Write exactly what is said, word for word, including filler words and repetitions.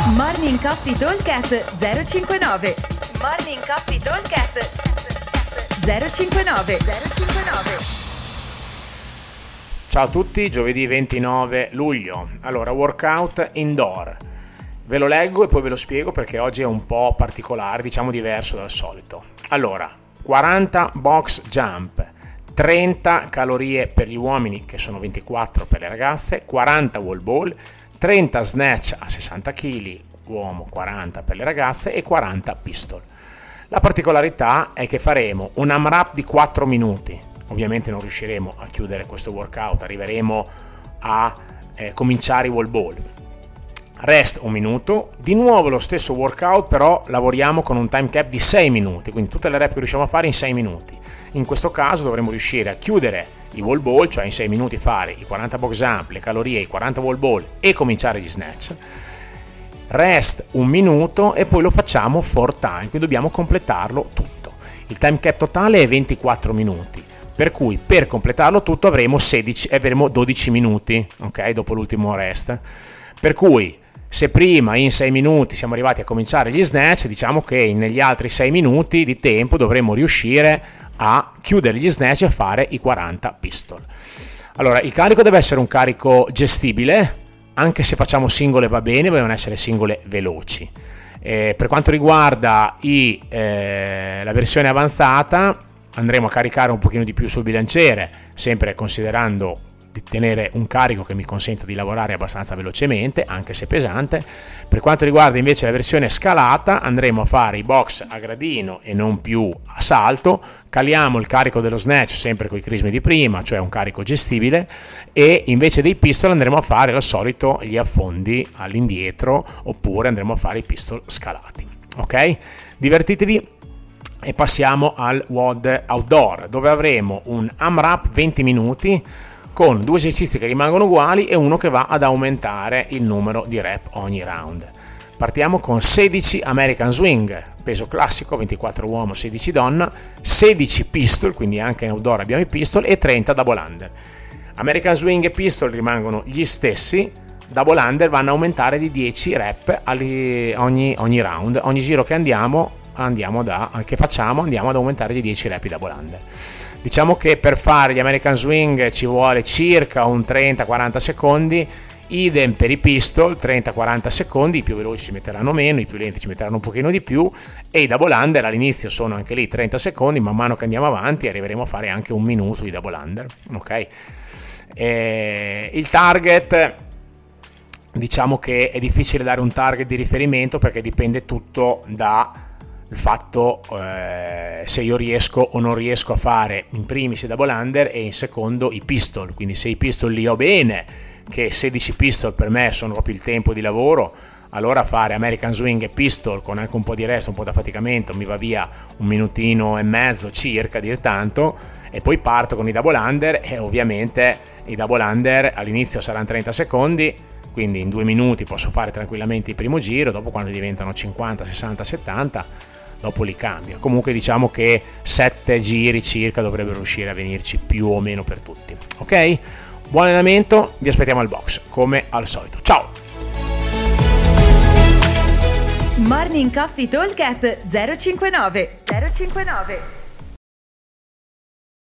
Morning Coffee Talkcast zero cinquantanove. Morning Coffee Talkcast zero cinquantanove. zero cinquantanove. Ciao a tutti, giovedì ventinove luglio. Allora, workout indoor. Ve lo leggo e poi ve lo spiego perché oggi è un po' particolare, diciamo diverso dal solito. Allora, quaranta box jump, trenta calorie per gli uomini, che sono ventiquattro per le ragazze, quaranta wall ball, trenta snatch a sessanta chili, uomo quaranta per le ragazze e quaranta pistol. La particolarità è che faremo un AMRAP di quattro minuti. Ovviamente non riusciremo a chiudere questo workout, arriveremo a eh, cominciare i wall ball. Rest un minuto, di nuovo lo stesso workout, però lavoriamo con un time cap di sei minuti, quindi tutte le rep che riusciamo a fare in sei minuti. In questo caso dovremo riuscire a chiudere i wall ball, cioè in sei minuti fare i quaranta box jump, le calorie, i quaranta wall ball e cominciare gli snatch. Rest un minuto e poi lo facciamo four time, quindi dobbiamo completarlo tutto. Il time cap totale è ventiquattro minuti, per cui per completarlo tutto avremo, sedici, avremo dodici minuti, ok, dopo l'ultimo rest. Per cui se prima in sei minuti siamo arrivati a cominciare gli snatch, diciamo che negli altri sei minuti di tempo dovremo riuscire a chiudere gli snatch e fare i quaranta pistol. Allora, il carico deve essere un carico gestibile, anche se facciamo singole va bene, devono essere singole veloci. Eh, per quanto riguarda i, eh, la versione avanzata, andremo a caricare un pochino di più sul bilanciere, sempre considerando di tenere un carico che mi consenta di lavorare abbastanza velocemente, anche se pesante. Per quanto riguarda invece la versione scalata, andremo a fare i box a gradino e non più a salto, caliamo il carico dello snatch sempre con i crismi di prima, cioè un carico gestibile, e invece dei pistol andremo a fare al solito gli affondi all'indietro, oppure andremo a fare i pistol scalati. Ok? Divertitevi. E passiamo al W O D outdoor, dove avremo un AMRAP venti minuti con due esercizi che rimangono uguali e uno che va ad aumentare il numero di rep ogni round. Partiamo con sedici American Swing, peso classico, ventiquattro uomo, sedici donna, sedici pistol, quindi anche in outdoor abbiamo i pistol, e trenta double under. American Swing e pistol rimangono gli stessi, double under vanno a aumentare di dieci rep ogni, ogni round, ogni giro che andiamo andiamo da, che facciamo andiamo ad aumentare di dieci rep double under. Diciamo che per fare gli American Swing ci vuole circa un trenta quaranta secondi, idem per i pistol, trenta quaranta secondi, i più veloci ci metteranno meno, i più lenti ci metteranno un pochino di più, e i double under all'inizio sono anche lì trenta secondi, man mano che andiamo avanti arriveremo a fare anche un minuto di double under, ok? E il target, diciamo che è difficile dare un target di riferimento perché dipende tutto da il fatto eh, se io riesco o non riesco a fare in primis i double under e in secondo i pistol. Quindi se i pistol li ho bene, che sedici pistol per me sono proprio il tempo di lavoro, allora fare American Swing e pistol con anche un po' di rest, un po' da affaticamento, mi va via un minutino e mezzo circa, a dir tanto, e poi parto con i double under, e ovviamente i double under all'inizio saranno trenta secondi, quindi in due minuti posso fare tranquillamente il primo giro, dopo quando diventano cinquanta, sessanta, settanta dopo li cambio. Comunque diciamo che sette giri circa dovrebbero riuscire a venirci più o meno per tutti. Ok? Buon allenamento, vi aspettiamo al box come al solito. Ciao! Morning Coffee Talkcast zero cinquantanove. zero cinquantanove.